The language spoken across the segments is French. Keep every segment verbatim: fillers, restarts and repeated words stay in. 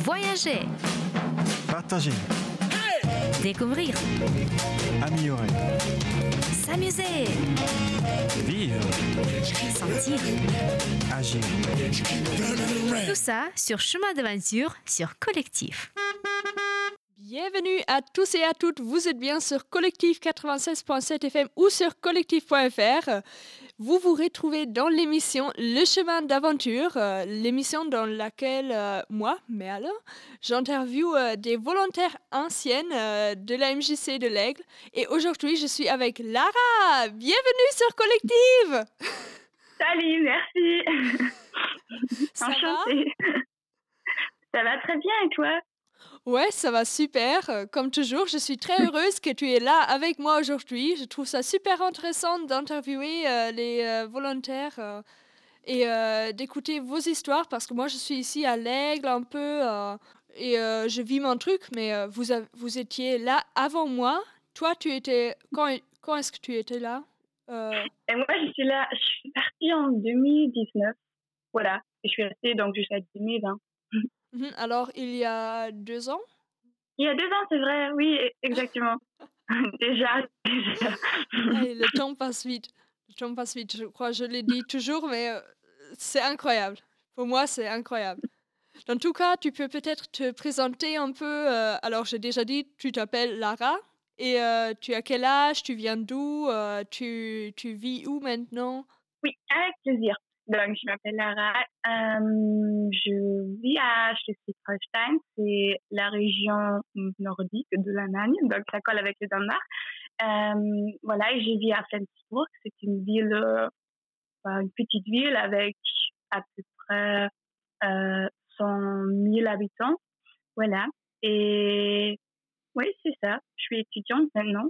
Voyager, Partager, découvrir, améliorer, s'amuser, vivre, sentir. agir. Tout ça sur Chemin d'aventure sur Collectif. Bienvenue à tous et à toutes, vous êtes bien sur Collectif quatre-vingt-seize point sept F M ou sur collectif point F R. Vous vous retrouvez dans l'émission Le Chemin d'aventure, euh, l'émission dans laquelle euh, moi, mais alors, j'interviewe euh, des volontaires anciennes euh, de la M J C de l'Aigle. Et aujourd'hui, je suis avec Lara. Bienvenue sur Collectif. Salut, merci. Ça Enchantée. Ça va très bien et toi? Ouais, ça va super. Euh, Comme toujours, je suis très heureuse que tu es là avec moi aujourd'hui. Je trouve ça super intéressant d'interviewer euh, les euh, volontaires euh, et euh, d'écouter vos histoires parce que moi, je suis ici à l'Aigle un peu euh, et euh, je vis mon truc, mais euh, vous, avez- vous étiez là avant moi. Toi, tu étais... Quand, quand est-ce que tu étais là? Euh, Et moi, je suis là, je suis partie en deux mille dix-neuf. Voilà. Et je suis restée donc jusqu'à deux mille vingt. mhm, alors, il y a deux ans? Il y a deux ans, c'est vrai. Oui, e- exactement. déjà, déjà. Allez, le temps passe vite. Le temps passe vite, je crois, je l'ai dit toujours, mais euh, c'est incroyable. Pour moi, c'est incroyable. Dans tout cas, tu peux peut-être te présenter un peu. euh, alors, j'ai déjà dit, tu t'appelles Lara. Et euh, tu as quel âge? Tu viens d'où? euh, tu, tu vis où maintenant? Oui, avec plaisir. Donc, je m'appelle Lara. Euh, je vis à Schleswig-Holstein. C'est la région nordique de l'Allemagne. Donc, ça colle avec le Danemark. Euh, voilà, et je vis à Flensburg. C'est une ville, euh, bah, une petite ville avec à peu près euh, cent mille habitants. Voilà. Et oui, c'est ça. Je suis étudiante maintenant.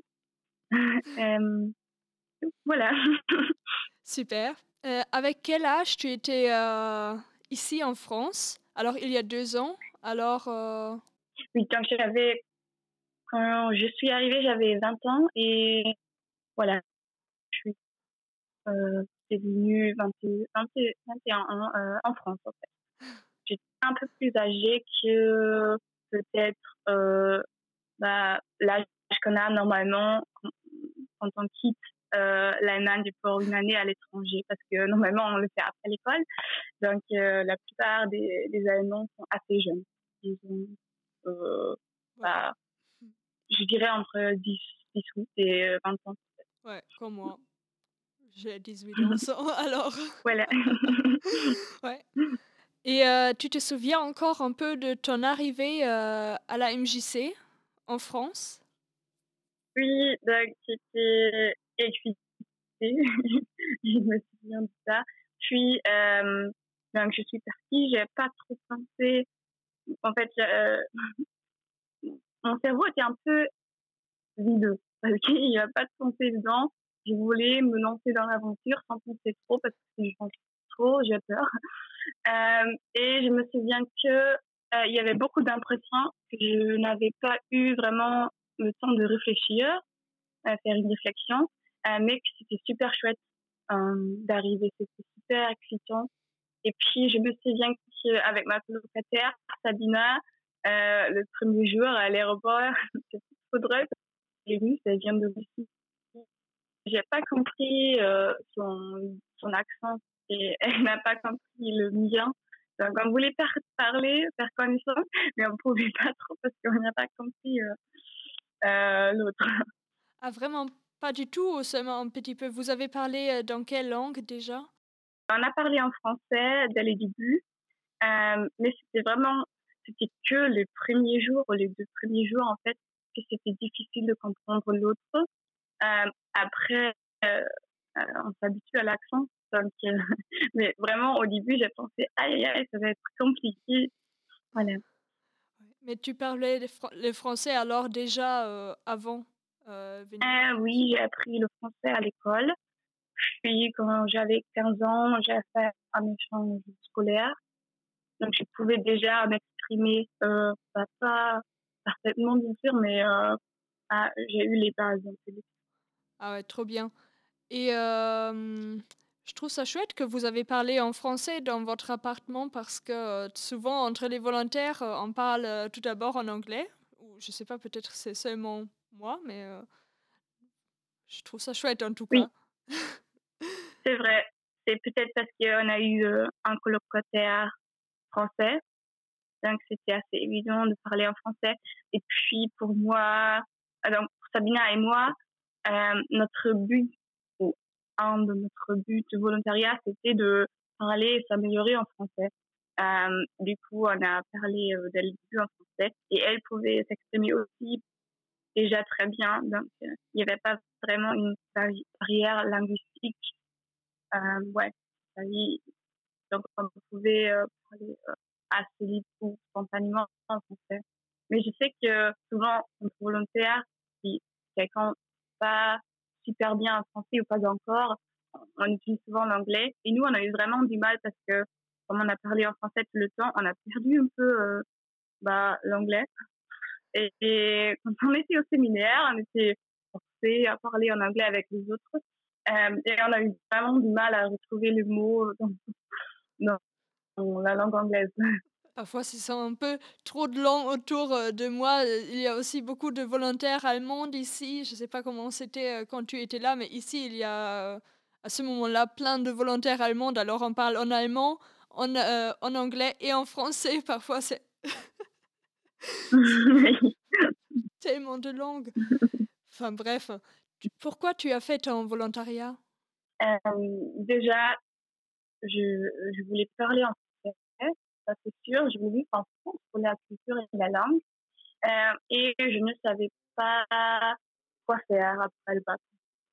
Euh, voilà. Super. Euh, avec quel âge tu étais euh, ici en France? Alors, il y a deux ans. Alors, euh, Oui, quand j'avais, quand je suis arrivée, j'avais vingt ans et voilà, je suis euh, devenue vingt et un, vingt et vingt et un ans euh, en France en fait. J'étais un peu plus âgée que peut-être euh, bah, l'âge qu'on a normalement quand, quand on quitte euh, l'Allemagne pour une année à l'étranger parce que normalement on le fait après l'école. Donc euh, la plupart des, des Allemands sont assez jeunes. Ils ont euh, ouais, bah, je dirais entre dix, dix-huit et euh, vingt ans. ouais, comme moi. J'ai dix-huit ans, ça, alors. Voilà. Ouais. Et euh, tu te souviens encore un peu de ton arrivée euh, à la M J C en France? Oui, donc c'était écrit. Je me souviens de ça. Puis, euh, donc je suis partie, j'ai pas trop pensé. En fait, euh, mon cerveau était un peu vide parce qu'il n'y a pas de pensée dedans. Je voulais me lancer dans l'aventure sans penser trop parce que si je pense trop, j'ai peur. Euh, et je me souviens que euh, il y avait beaucoup d'impressions que je n'avais pas eu vraiment le temps de réfléchir, à faire une réflexion, euh, mais que c'était super chouette euh, d'arriver, c'était super excitant. Et puis je me souviens qu'avec ma colocataire Sabina, euh, le premier jour à l'aéroport, c'était trop drôle. Elle est venue, ça vient de Russie. J'ai pas compris euh, son, son accent et elle n'a pas compris le mien. Donc on voulait faire parler, faire connaissance, mais on pouvait pas trop parce qu'on n'a pas compris euh, euh, l'autre. Ah, vraiment pas du tout, ou seulement un petit peu. Vous avez parlé euh, dans quelle langue déjà? On a parlé en français dès les débuts, euh, mais c'était vraiment, c'était que les premiers jours, les deux premiers jours en fait, que c'était difficile de comprendre l'autre. Euh, après, euh, euh, on s'habitue à l'accent. Donc, euh, mais vraiment, au début, j'ai pensé, aïe, aïe, aïe, ça va être compliqué. Voilà. Mais tu parlais le, fr- le français alors déjà euh, avant euh, venir en Euh, France? oui, j'ai appris le français à l'école. Puis, quand j'avais quinze ans, j'ai fait un échange scolaire. Donc, je pouvais déjà m'exprimer, euh, pas, pas parfaitement, bien sûr, mais euh, ah, j'ai eu les bases. Donc, Ah ouais, trop bien. Et euh, Je trouve ça chouette que vous avez parlé en français dans votre appartement parce que euh, souvent entre les volontaires, euh, on parle euh, tout d'abord en anglais. Ou je sais pas, peut-être c'est seulement moi, mais euh, je trouve ça chouette en tout Oui, cas. c'est vrai. C'est peut-être parce qu'on a eu euh, un colocataire français, donc c'était assez évident de parler en français. Et puis pour moi, euh, donc pour Sabina et moi, euh, notre but, ou un de notre buts de volontariat, c'était de parler et s'améliorer en français. Euh, du coup, on a parlé euh, dès le début en français et elle pouvait s'exprimer aussi déjà très bien. Donc, euh, il n'y avait pas vraiment une barri- barrière linguistique. Euh, ouais, ça y- donc on pouvait euh, parler euh, assez libre ou spontanément en français. Mais je sais que souvent, entre volontaires, si quelqu'un pas super bien en français ou pas encore, on utilise souvent l'anglais. Et nous, on a eu vraiment du mal parce que, comme on a parlé en français tout le temps, on a perdu un peu euh, bah, l'anglais. Et, et quand on était au séminaire, on était forcé à parler en anglais avec les autres. Euh, et on a eu vraiment du mal à retrouver les mots dans, dans la langue anglaise. Parfois, c'est ça un peu trop de langues autour euh, de moi. Euh, Il y a aussi beaucoup de volontaires allemands ici. Je ne sais pas comment c'était euh, quand tu étais là, mais ici, il y a euh, à ce moment-là plein de volontaires allemands. Alors, on parle en allemand, en, euh, en anglais et en français. Parfois, c'est c'est tellement de langues. Enfin, bref. Tu- Pourquoi tu as fait ton volontariat? Euh, déjà, je, je voulais parler en français, ça c'est sûr. Je voulais vivre en France pour la culture et la langue. Euh, et je ne savais pas quoi faire après le bac.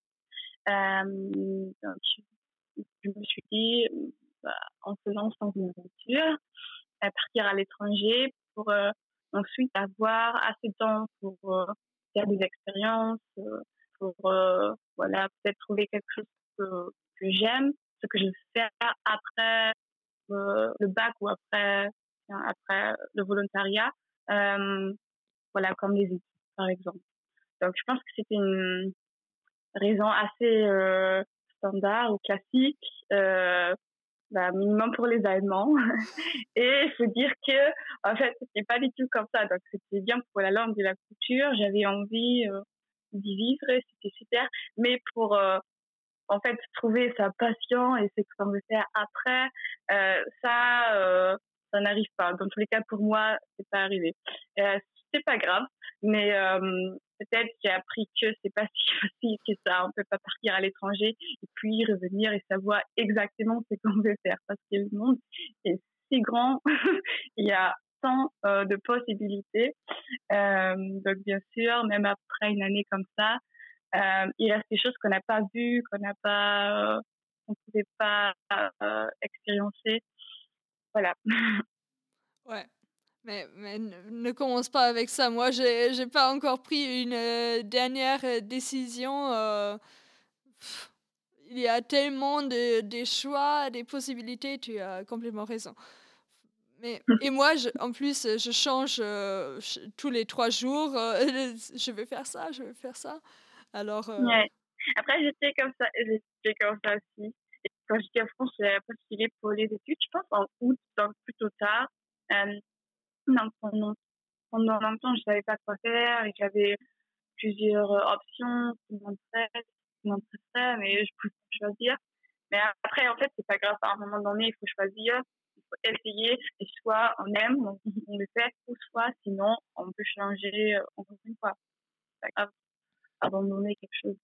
Euh, donc, je, je me suis dit, bah, en se lançant dans une aventure, à partir à l'étranger pour euh, ensuite avoir assez de temps pour euh, faire des expériences, euh, pour euh, voilà, peut-être trouver quelque chose que, que j'aime, ce que je veux faire après euh, le bac ou après, après le volontariat, euh, voilà, comme les études, par exemple. Donc, je pense que c'était une raison assez euh, standard ou classique, euh, bah, minimum pour les Allemands. Et il faut dire que, en fait, c'était pas du tout comme ça. Donc, c'était bien pour la langue et la culture. J'avais envie euh, d'y vivre et c'était super. Mais pour, euh, en fait, trouver sa passion et ce qu'on veut faire après, euh, ça, euh, ça n'arrive pas. Dans tous les cas, pour moi, c'est pas arrivé. Euh, c'est pas grave, mais euh, peut-être j'ai appris que c'est pas si facile que ça. On peut pas partir à l'étranger et puis revenir et savoir exactement ce qu'on veut faire parce que le monde est si grand. Il y a tant euh, de possibilités. Euh, donc bien sûr, même après une année comme ça, euh, il reste des choses qu'on n'a pas vues, qu'on n'a pas, euh, qu'on pouvait pas euh, expérimenter. Voilà. Ouais. Mais, mais ne, ne commence pas avec ça. Moi, j'ai, j'ai pas encore pris une euh, dernière euh, décision. euh, pff, il y a tellement de, des choix, des possibilités. Tu as complètement raison. Mais, et moi, je- en plus, je change euh, ch- tous les trois jours. euh, je vais faire ça, je vais faire ça. Alors, euh, Ouais. Après, j'étais comme ça, j'étais comme ça aussi. Et quand j'étais en France, j'ai postulé pour les études, je pense en août, donc plutôt tard. Euh, donc pendant, pendant longtemps, je savais pas quoi faire et j'avais plusieurs euh, options qui m'intéressent, qui m'intéressaient, mais je pouvais pas choisir. Mais après, en fait, c'est pas grave. À un moment donné, il faut choisir, il faut essayer. Et soit on aime, on, on le fait, ou soit sinon, on peut changer euh, encore une fois. C'est pas grave, abandonner quelque chose.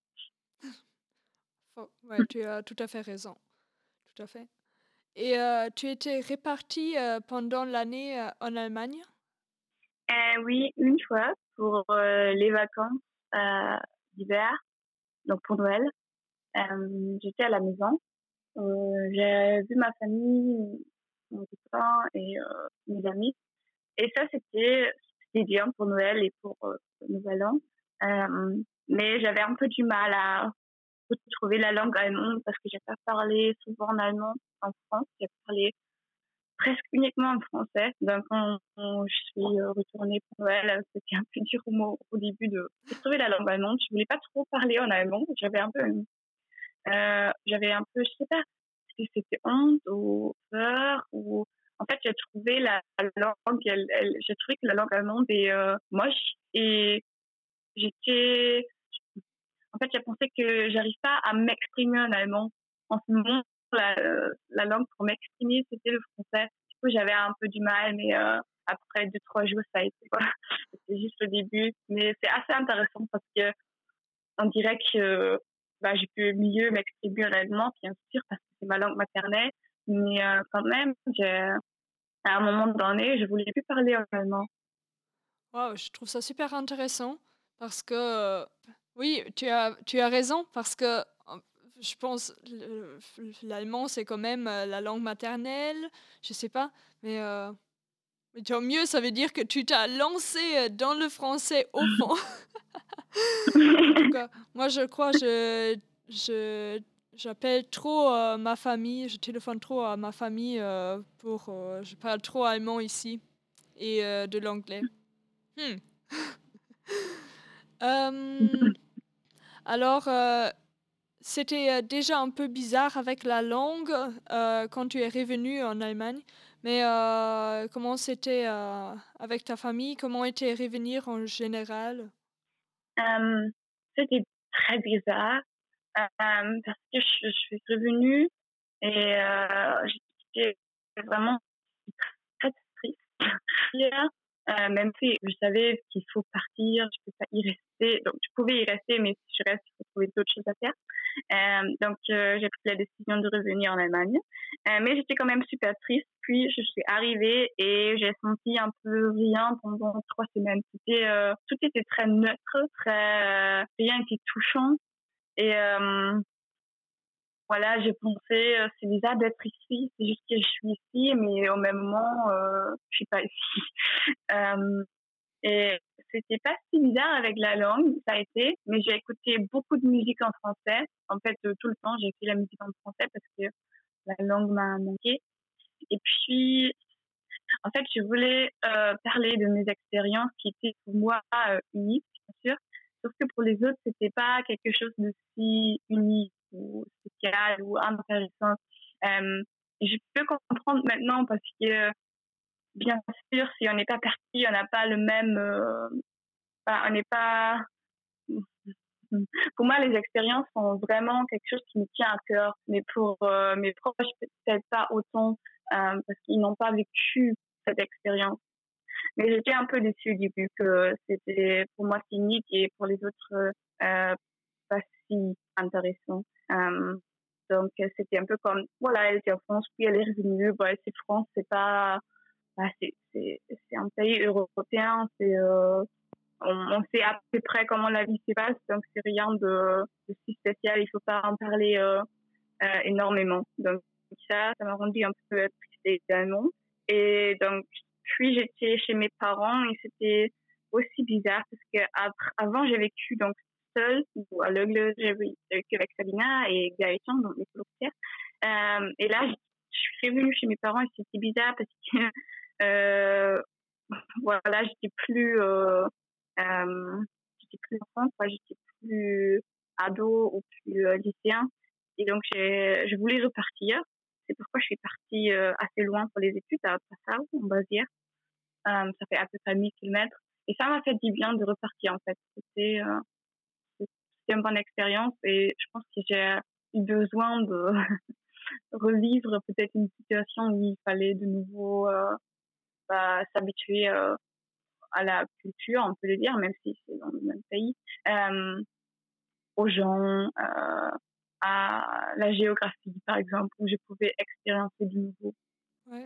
faut- ouais, tu as tout à fait raison. Tout à fait. Et euh, tu étais répartie euh, pendant l'année euh, en Allemagne? Euh, oui, une fois pour euh, les vacances euh, d'hiver, donc pour Noël. Euh, j'étais à la maison. Euh, j'ai vu ma famille, mon copain et euh, mes amis. Et ça, c'était c'était bien pour Noël et pour euh, le Nouvel An. Euh, mais j'avais un peu du mal à retrouver la langue allemande parce que j'ai pas parlé souvent en allemand en France. J'ai parlé presque uniquement en français. Donc, quand, quand je suis euh, retournée pour Noël, euh, c'était un peu dur au, mo- au début de, de trouver la langue allemande. Je voulais pas trop parler en allemand. J'avais un peu, euh, j'avais un peu, je sais pas, si c'était honte ou peur ou en fait j'ai trouvé la langue elle, elle, j'ai trouvé que la langue allemande est euh, moche et j'étais en fait j'ai pensé que j'arrive pas à m'exprimer en allemand en ce moment la, la langue pour m'exprimer c'était le français du coup j'avais un peu du mal mais euh, après deux trois jours ça a été quoi c'était juste le début mais c'est assez intéressant parce que on dirait que bah, je peux mieux m'exprimer en allemand, bien sûr, parce que c'est ma langue maternelle. Mais euh, quand même, j'ai, à un moment donné, je voulais plus parler en allemand. Wow, je trouve ça super intéressant parce que, euh, oui, tu as, tu as raison parce que euh, je pense le- l'allemand c'est quand même euh, la langue maternelle, je sais pas, mais, euh, mais tant mieux, ça veut dire que tu t'as lancé euh, dans le français au fond. En tout cas, moi je crois je je j'appelle trop euh, ma famille, je téléphone trop à ma famille euh, pour euh, je parle trop allemand ici et euh, de l'anglais. Hmm. Euh, alors, euh, c'était euh, déjà un peu bizarre avec la langue euh, quand tu es revenu en Allemagne, mais euh, comment c'était euh, avec ta famille? Comment était revenir en général? Euh, c'était très bizarre euh, parce que je, je suis revenue et euh, j'étais vraiment très triste. Euh, même si je savais qu'il faut partir, je peux pas y rester. Donc, je pouvais y rester, mais si je reste, il faut trouver d'autres choses à faire. Euh, donc, euh, j'ai pris la décision de revenir en Allemagne. Euh, mais j'étais quand même super triste. Puis, je suis arrivée et j'ai senti un peu rien pendant trois semaines. C'était, euh, tout était très neutre, très, euh, rien n'était touchant. Et, euh, voilà, j'ai pensé, euh, c'est bizarre d'être ici, c'est juste que je suis ici, mais au même moment, euh, je suis pas ici. Euh, et c'était pas si bizarre avec la langue, ça a été, mais j'ai écouté beaucoup de musique en français. En fait, euh, tout le temps, j'ai écouté la musique en français parce que la langue m'a manqué. Et puis, en fait, je voulais euh, parler de mes expériences qui étaient pour moi euh, uniques, bien sûr. Sauf que pour les autres, c'était pas quelque chose de si unique ou spécial ou intéressant. Euh, je peux comprendre maintenant parce que, bien sûr, si on n'est pas parti, on n'a pas le même, euh, enfin, on n'est pas. Pour moi, les expériences sont vraiment quelque chose qui me tient à cœur, mais pour euh, mes proches, peut-être pas autant euh, parce qu'ils n'ont pas vécu cette expérience. Mais j'étais un peu déçue du début que c'était pour moi unique et pour les autres euh, pas si intéressant. Euh, donc c'était un peu comme voilà, elle était en France puis elle est revenue. Bah, c'est France, c'est pas, bah, c'est c'est c'est un pays européen, c'est euh, on, on sait à peu près comment la vie se passe, donc c'est rien de, de si spécial. Il faut pas en parler euh, euh, énormément. Donc ça, ça m'a rendu un peu triste également. Et donc puis j'étais chez mes parents et c'était aussi bizarre parce que après, avant j'ai vécu donc seule ou à l'Eugle, j'ai vécu avec Sabina et Gaëtan, donc mes colocs. Euh, et là, je suis revenue chez mes parents et c'était bizarre parce que euh, voilà, j'étais plus euh, euh, j'étais plus enfant, quoi, j'étais plus ado ou plus euh, lycéen. Et donc j'ai, je voulais repartir. C'est pourquoi je suis partie euh, assez loin pour les études à Passau, en Bavière. Euh, ça fait à peu près mille kilomètres. Et ça m'a fait du bien de repartir, en fait. C'était, euh, c'était une bonne expérience et je pense que j'ai eu besoin de revivre peut-être une situation où il fallait de nouveau euh, bah, s'habituer euh, à la culture, on peut le dire, même si c'est dans le même pays, euh, aux gens, euh, à la géographie, par exemple, où je pouvais expérimenter du nouveau. Ouais.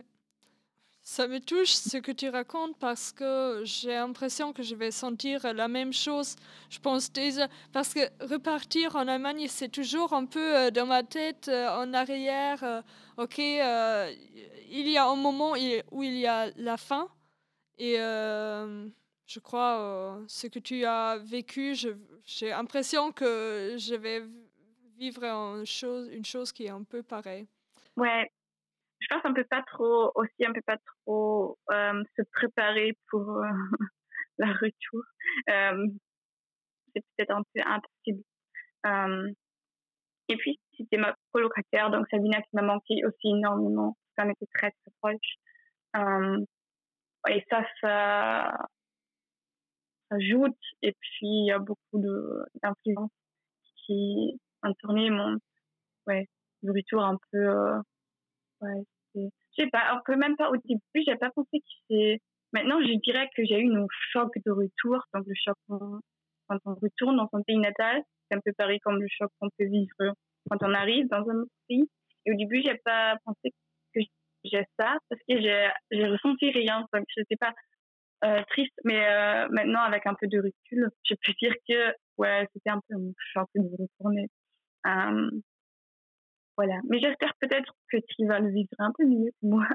Ça me touche ce que tu racontes parce que j'ai l'impression que je vais sentir la même chose. Je pense déjà, parce que repartir en Allemagne, c'est toujours un peu euh, dans ma tête, euh, en arrière. euh, ok, euh, il y a un moment il- où il y a la fin et euh, je crois euh, ce que tu as vécu, je- j'ai l'impression que je vais vivre une chose, une chose qui est un peu pareille. Ouais, je pense qu'on peut pas trop, aussi, on peut pas trop euh, se préparer pour euh, la retour. Euh, c'est peut-être un peu impossible. Euh, et puis, c'était ma colocataire, donc Sabina qui m'a manqué aussi énormément, parce qu'on était très très proches. Euh, et ça, ça, ça ajoute, et puis il y a beaucoup de, d'influences qui ont tourné mon ouais, nourriture un peu... Euh, ouais, c'est, je sais pas, un peu même pas au début, j'ai pas pensé que c'est... Maintenant, je dirais que j'ai eu un choc de retour, donc le choc quand on retourne dans son pays natal, c'est un peu pareil comme le choc qu'on peut vivre quand on arrive dans un autre pays. Et au début, j'ai pas pensé que j'ai ça, parce que j'ai, j'ai ressenti rien, donc je sais pas euh, triste, mais euh, maintenant, avec un peu de recul, je peux dire que ouais, c'était un peu un choc de retourner. Euh, voilà, mais j'espère peut-être que tu vas le vivre un peu mieux que moi.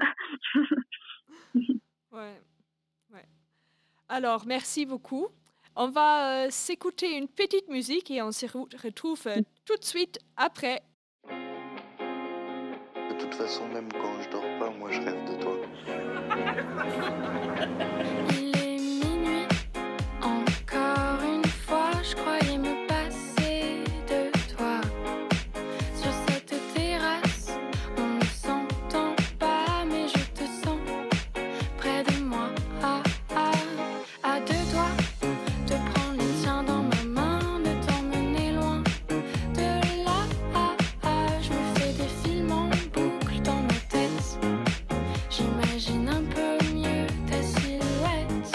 Ouais, ouais. Alors, merci beaucoup. On va euh, s'écouter une petite musique et on se re- retrouve euh, tout de suite après. De toute façon, même quand je dors pas, moi je rêve de toi. Il est minuit, encore une fois, je croyais me passer de toi. Sur cette terrasse, on ne s'entend pas, mais je te sens près de moi. Ah, ah, à deux doigts, de prendre les tiens dans ma main, de t'emmener loin de là. Ah, ah, je me fais des films en boucle dans ma tête. J'imagine un peu mieux ta silhouette.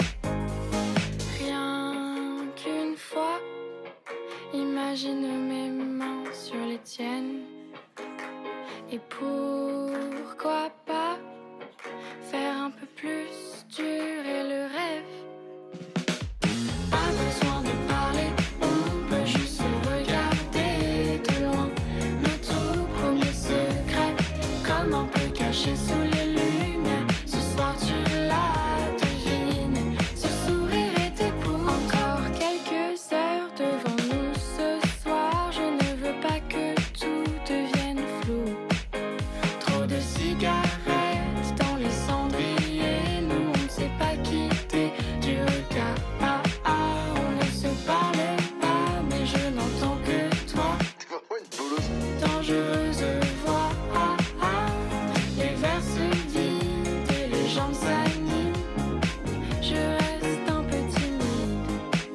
Rien qu'une fois, imagine mes mains sur les tiennes. Et pourquoi pas faire un peu plus durer le rêve. Pas besoin de parler, on peut juste se regarder de loin. Nos tout premiers secrets, comme un peu cachés sous les lumières. Ce soir tu la devines, ce sourire était pour encore quelques heures devant nous. Ce soir je ne veux pas que tout devienne flou. Trop de cigarettes dans les cendriers, nous on ne s'est pas quitté du regard. Ah, ah, on ne se parle pas, mais je n'entends que toi. T'es vraiment une bolosse. Dangereuse voix, ah, ah, les vers se vident et les jambes s'animent. Je reste un peu timide.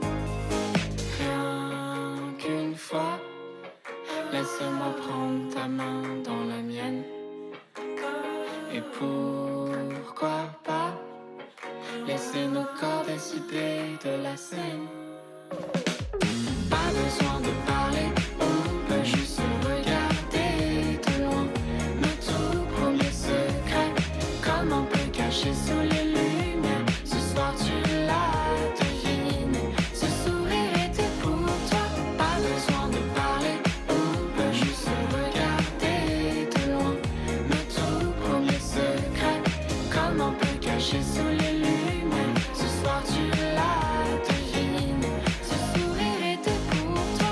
Rien qu'une fois, laisse-moi prendre ta main dans la mienne. Et pourquoi pas laisser nos corps décider de la scène. Pas besoin de parler, on peut juste se regarder de loin. Nos tout premiers secrets, comme un peu cachés sous les lumières. Ce soir tu la devines, ce sourire était pour toi. Pas besoin de parler, on peut juste se regarder de loin. Nos tout premiers secrets, comme un peu cachés sous les lumières. Ce soir tu la devines, ce sourire était pour toi.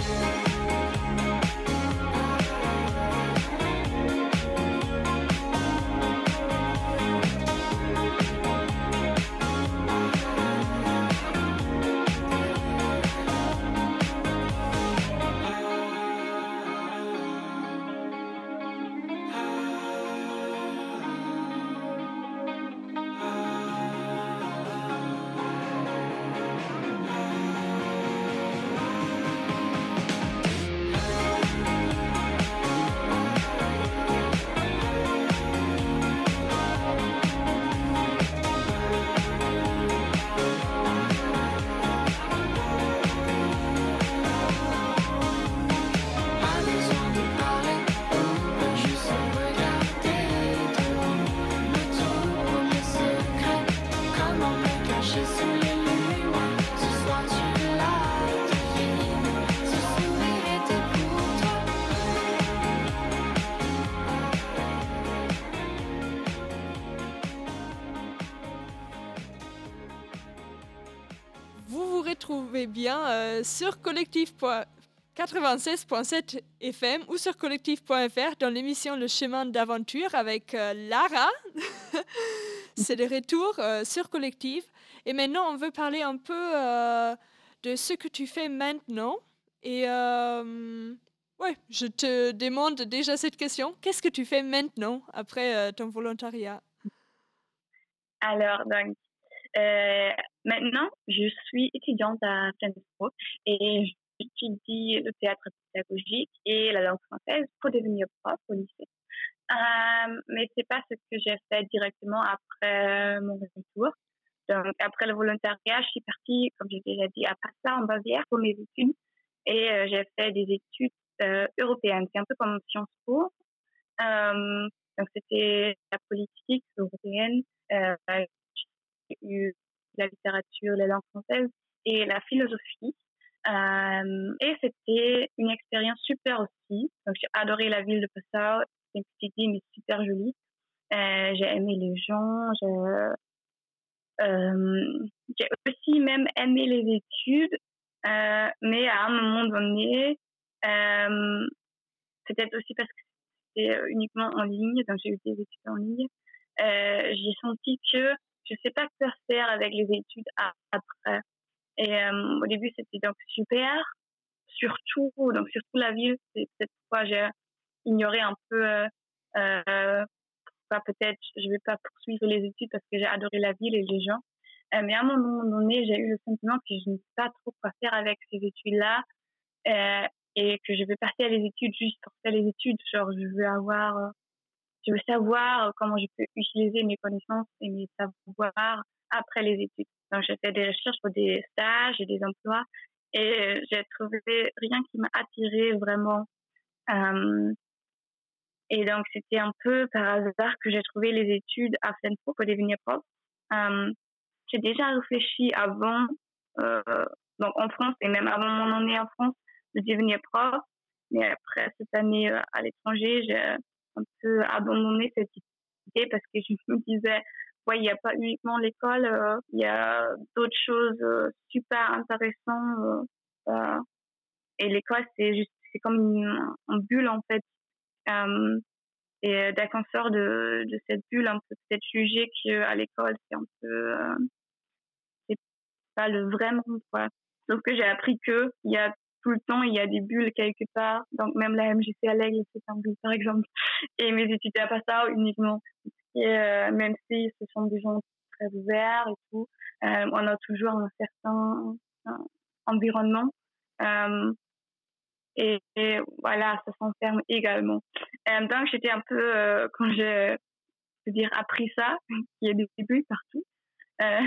Pas besoin de parler, on peut juste se regarder de loin. Nos tout premiers secrets, comme un peu cachés sous les lumières. Ce soir tu la devines, ce sourire était pour toi. Vous vous retrouvez bien euh, sur collectif quatre-vingt-seize point sept F M ou sur collectif point F R dans l'émission Le Chemin d'aventure avec euh, Lara. C'est le retour euh, sur collectif. Et maintenant, on veut parler un peu euh, de ce que tu fais maintenant. Et euh, Ouais, je te demande déjà cette question. Qu'est-ce que tu fais maintenant après euh, ton volontariat? Alors, donc, euh, maintenant, je suis étudiante à Flensburg et j'étudie le théâtre pédagogique et la langue française pour devenir prof au lycée. Euh, mais c'est pas ce que j'ai fait directement après mon retour. Donc, après le volontariat, je suis partie, comme j'ai déjà dit, à Passau en Bavière pour mes études et euh, j'ai fait des études euh, européennes. C'est un peu comme Sciences Po. Euh, donc, c'était la politique européenne, euh, j'ai eu la littérature, la langue française et la philosophie. Euh, et c'était une expérience super aussi. Donc, j'ai adoré la ville de Passau. C'est une petite ville, mais super jolie. Euh, j'ai aimé les gens. J'ai, euh, j'ai aussi même aimé les études. Euh, mais à un moment donné, euh, peut-être aussi parce que c'était uniquement en ligne, donc j'ai eu des études en ligne, euh, j'ai senti que je sais pas quoi faire avec les études à, après. Et euh, au début, c'était donc super, surtout, donc surtout la ville, c'est peut-être pourquoi j'ai ignoré un peu, euh, euh, pourquoi peut-être je vais pas poursuivre les études parce que j'ai adoré la ville et les gens. Euh, mais à un moment donné, j'ai eu le sentiment que je ne sais pas trop quoi faire avec ces études-là. Euh, et que je vais passer à les études juste pour faire les études. Genre, je veux avoir, euh, je veux savoir comment je peux utiliser mes connaissances et mes savoirs après les études. Donc, j'ai fait des recherches pour des stages et des emplois et euh, j'ai trouvé rien qui m'a attirée vraiment. Euh, et donc, c'était un peu par hasard que j'ai trouvé les études à Flensburg pour devenir prof. Euh, j'ai déjà réfléchi avant, euh, donc en France et même avant mon année en France, de devenir prof. Mais après cette année euh, à l'étranger, j'ai un peu abandonné cette idée parce que je me disais, ouais, il n'y a pas uniquement l'école, euh, il y a d'autres choses euh, super intéressantes. Euh, euh, et l'école, c'est juste, c'est comme une, une bulle en fait. Euh, et dès qu'on sort de, de cette bulle, on peut peut-être juger qu'à l'école, c'est un peu, euh, c'est pas le vrai monde, quoi. Sauf que j'ai appris que il y a tout le temps, il y a des bulles quelque part. Donc, même la M J C à l'Aigle, c'est un bulle, par exemple. Et mes études à Passau uniquement. Et euh, même si ce sont des gens très ouverts et tout, euh, on a toujours un certain euh, environnement. Euh, et, et voilà, ça s'enferme également. Euh, donc, j'étais un peu, euh, quand j'ai, je veux dire, appris ça, qu'il y a des bulles partout, euh,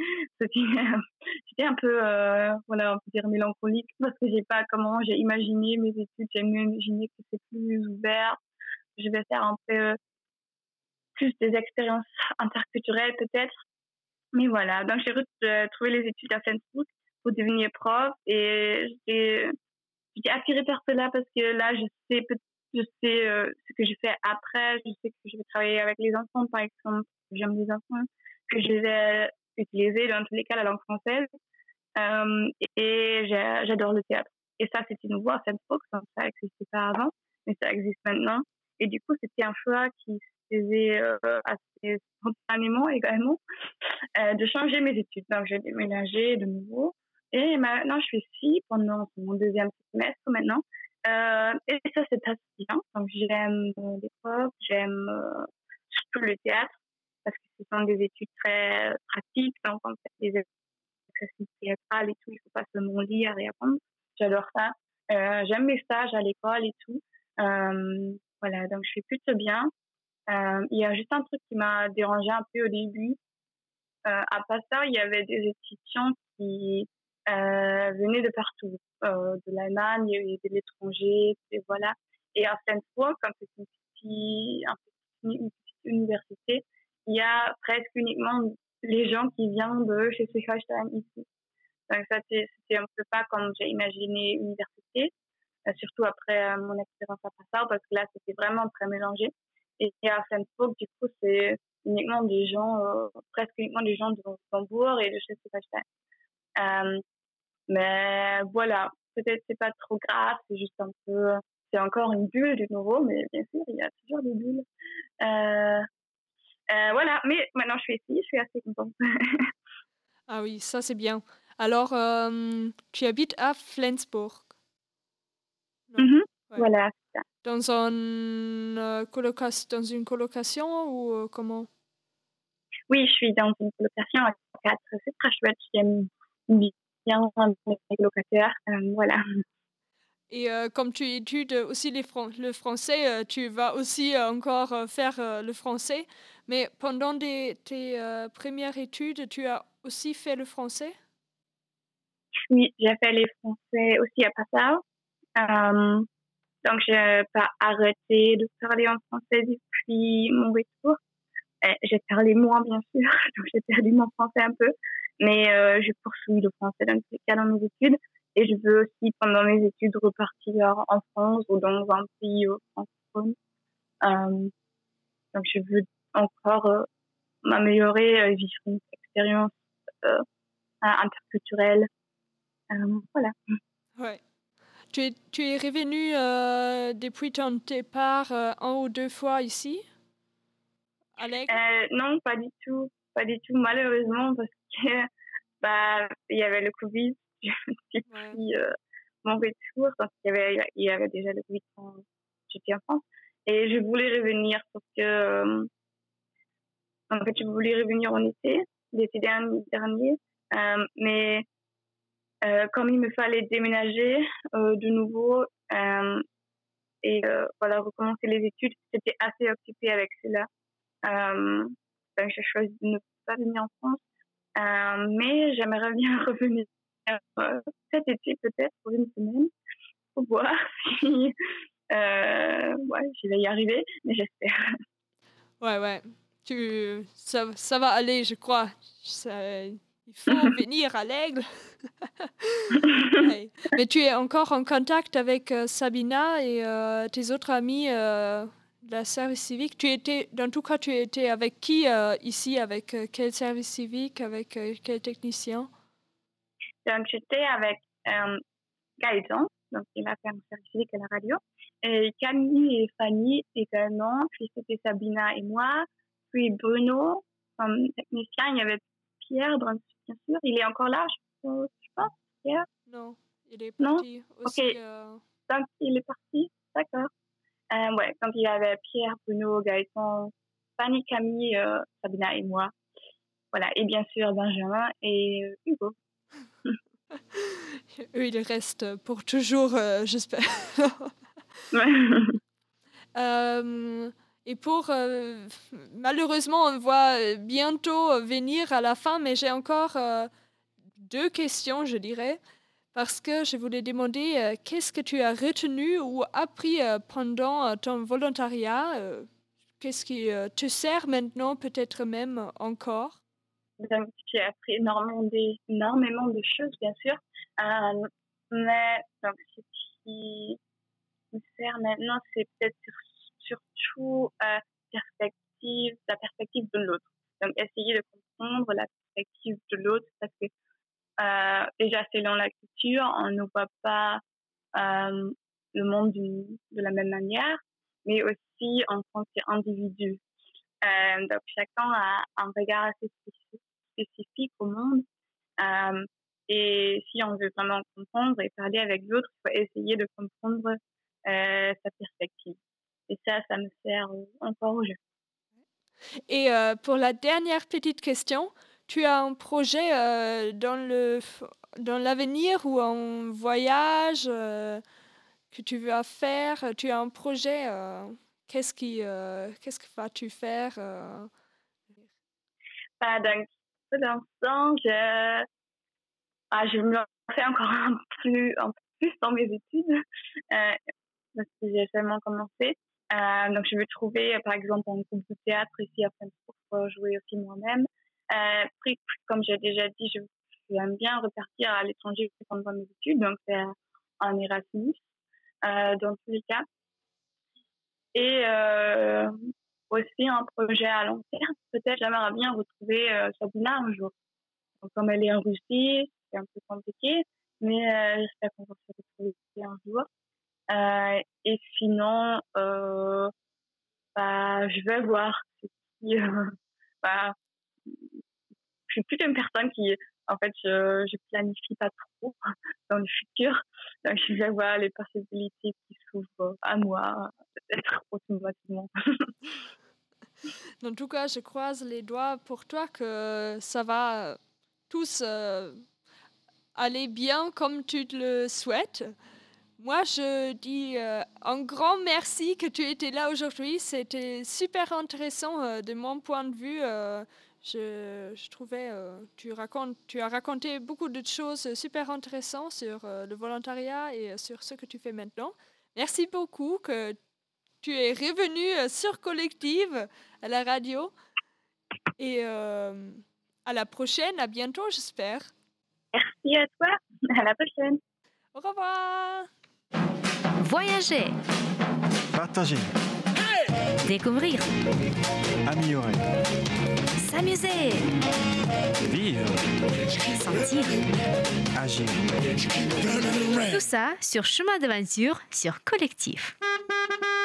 j'étais un peu, euh, voilà, on peut dire mélancolique parce que j'ai pas comment j'ai imaginé mes études. J'ai imaginé que c'est plus ouvert. Je vais faire un peu euh, plus des expériences interculturelles peut-être. Mais voilà, donc j'ai euh, trouvé les études à Flensburg pour devenir prof et j'étais, j'étais attirée par cela parce que là, je sais, je sais euh, ce que je fais après. Je sais que je vais travailler avec les enfants, par exemple. J'aime les enfants, que je vais utiliser dans tous les cas la langue française. Euh, et j'adore le théâtre. Et ça, c'était nouveau à Flensburg, ça n'existait pas avant, mais ça existe maintenant. Et du coup, c'était un choix qui se faisait euh, assez spontanément également, euh, de changer mes études. Donc, j'ai déménagé de nouveau. Et maintenant, je suis ici pendant mon deuxième semestre maintenant. Euh, et ça, c'est assez bien. Donc, j'aime les profs, j'aime euh, surtout le théâtre, parce que ce sont des études très pratiques. Donc, on fait des exercices théâtrales et tout. Il ne faut pas seulement lire et apprendre. J'adore ça. Euh, j'aime mes stages à l'école et tout. Euh, voilà, donc je suis plutôt bien. Euh, il y a juste un truc qui m'a dérangé un peu au début. Euh, à Passau, il y avait des étudiants qui euh, venaient de partout, euh, de l'Allemagne, de l'étranger, et voilà. Et à Flensburg, comme c'est une petite, un petit, une petite université, il y a presque uniquement les gens qui viennent de chez Schleswig-Holstein ici. Donc ça, c'était un peu pas comme j'ai imaginé l'université, euh, surtout après euh, mon expérience à Passau, parce que là, c'était vraiment très mélangé. Et à Flensburg, du coup, c'est uniquement des gens, euh, presque uniquement des gens de Hambourg et de chez Schleswig-Holstein. Euh, mais voilà, peut-être c'est pas trop grave, c'est juste un peu, c'est encore une bulle de nouveau, mais bien sûr, il y a toujours des bulles. Euh, euh, voilà, mais maintenant je suis ici, je suis assez contente. Ah oui, ça c'est bien. Alors, euh, tu habites à Flensburg? Mm-hmm. Ouais. Voilà, c'est ça. Dans, un, euh, coloca- dans une colocation ou euh, comment? Oui, je suis dans une colocation à quatre. C'est très chouette. J'aime bien mes locataires. Euh, voilà. Et euh, comme tu études aussi les fran- le français, euh, tu vas aussi euh, encore euh, faire euh, le français. Mais pendant des- tes euh, premières études, tu as aussi fait le français? Oui, j'ai fait les français aussi à Passau. Euh, donc, je n'ai pas arrêté de parler en français depuis mon retour. Euh, j'ai parlé moins, bien sûr, donc j'ai perdu mon français un peu. Mais euh, je poursuis le français dans tous les cas dans mes études. Et je veux aussi, pendant mes études, repartir en France ou dans un pays euh, francophone. Euh, donc, je veux encore euh, m'améliorer, euh, vivre une expérience euh, interculturelle. Euh, voilà. Ouais. Tu es, tu es revenu euh, depuis ton départ euh, un ou deux fois ici, à l'Aigle? Euh, non, pas du tout. Pas du tout, malheureusement, parce que bah, il y avait le Covid. Je me suis Ouais. pris euh, mon retour. Donc, il y avait, il y avait déjà le Covid quand j'étais en France. Et je voulais revenir parce que, euh, en fait, je voulais revenir en été, l'été dernier. dernier. Euh, mais euh, comme il me fallait déménager euh, de nouveau euh, et euh, voilà, recommencer les études, j'étais assez occupée avec cela. Euh, donc, j'ai choisi de ne pas venir en France. Euh, mais j'aimerais bien revenir euh, cet été peut-être pour une semaine pour voir si euh, ouais, je vais y arriver, mais j'espère. Ouais, ouais. Tu, ça, ça va aller, je crois. Ça- il faut venir à l'Aigle. Ouais. Mais tu es encore en contact avec euh, Sabina et euh, tes autres amis euh, de la service civique. Tu étais, dans tout cas, tu étais avec qui euh, ici? Avec euh, quel service civique? Avec euh, quel technicien? Donc j'étais avec euh, Gaëtan, donc il a fait un service civique à la radio, et Camille et Fanny également, puis c'était Sabina et moi, puis Bruno comme technicien, il y avait Pierre, bien sûr, il est encore là, je, je pense, Pierre. Non, il est Non? parti Ok, aussi. euh, donc il est parti, d'accord. Euh, ouais, donc il y avait Pierre, Bruno, Gaëtan, Fanny, Camille, euh, Sabina et moi. Voilà, et bien sûr Benjamin et euh, Hugo. Eux, ils restent pour toujours, euh, j'espère. Euh, et pour, euh, malheureusement, on va euh, bientôt euh, venir à la fin, mais j'ai encore euh, deux questions, je dirais, parce que je voulais demander euh, qu'est-ce que tu as retenu ou appris euh, pendant euh, ton volontariat, euh, qu'est-ce qui euh, te sert maintenant, peut-être même encore. Donc, j'ai appris énormément de, énormément de choses, bien sûr. Euh, mais donc, ce qui me sert maintenant, c'est peut-être sur- surtout euh, perspective, la perspective de l'autre. Donc, essayer de comprendre la perspective de l'autre parce que euh, déjà, selon la culture, on ne voit pas euh, le monde d'une- de la même manière, mais aussi en tant qu'individu. Euh, donc, chacun a un regard assez spécifique, spécifique au monde. Euh, et si on veut vraiment comprendre et parler avec l'autre, il faut essayer de comprendre euh, sa perspective. Et ça, ça me sert encore aujourd'hui. Et euh, pour la dernière petite question, tu as un projet euh, dans le, f- dans l'avenir ou un voyage euh, que tu veux faire? Tu as un projet, euh, qu'est-ce qui, euh, qu'est-ce que vas-tu faire? euh? Bah, donc, pour l'instant, je, ah, je me fais encore un, plus, un peu plus dans mes études euh, parce que j'ai seulement commencé. Euh, donc, je veux trouver, euh, par exemple, un groupe de théâtre ici à Flensburg pour jouer aussi moi-même. Euh, puis, comme j'ai déjà dit, je j'aime bien repartir à l'étranger pendant mes études, donc faire un Erasmus euh, dans tous les cas. Et euh, aussi un projet à long terme. Peut-être j'aimerais bien retrouver euh, Sabina un jour. Donc, comme elle est en Russie, c'est un peu compliqué, mais euh, j'espère qu'on va se retrouver un jour. Euh, et sinon, euh, bah, je vais voir si, euh, bah, je suis plutôt une personne qui, en fait, je, je planifie pas trop dans le futur. Donc, je vais voir les possibilités qui s'ouvre à moi, peut-être automatiquement. En tout cas, je croise les doigts pour toi que ça va tous euh, aller bien comme tu te le souhaites. Moi, je dis euh, un grand merci que tu étais là aujourd'hui. C'était super intéressant euh, de mon point de vue. Euh, je, je trouvais euh, tu racontes, tu as raconté beaucoup de choses super intéressantes sur euh, le volontariat et euh, sur ce que tu fais maintenant. Merci beaucoup que tu es revenu euh, sur Collective à la radio. Et euh, à la prochaine, à bientôt, j'espère. Merci à toi, à la prochaine. Au revoir. Voyager, Partager. découvrir, Améliorer. s'amuser, Vivre. sentir. Agir. Tout ça sur Chemin d'aventure sur Collectif.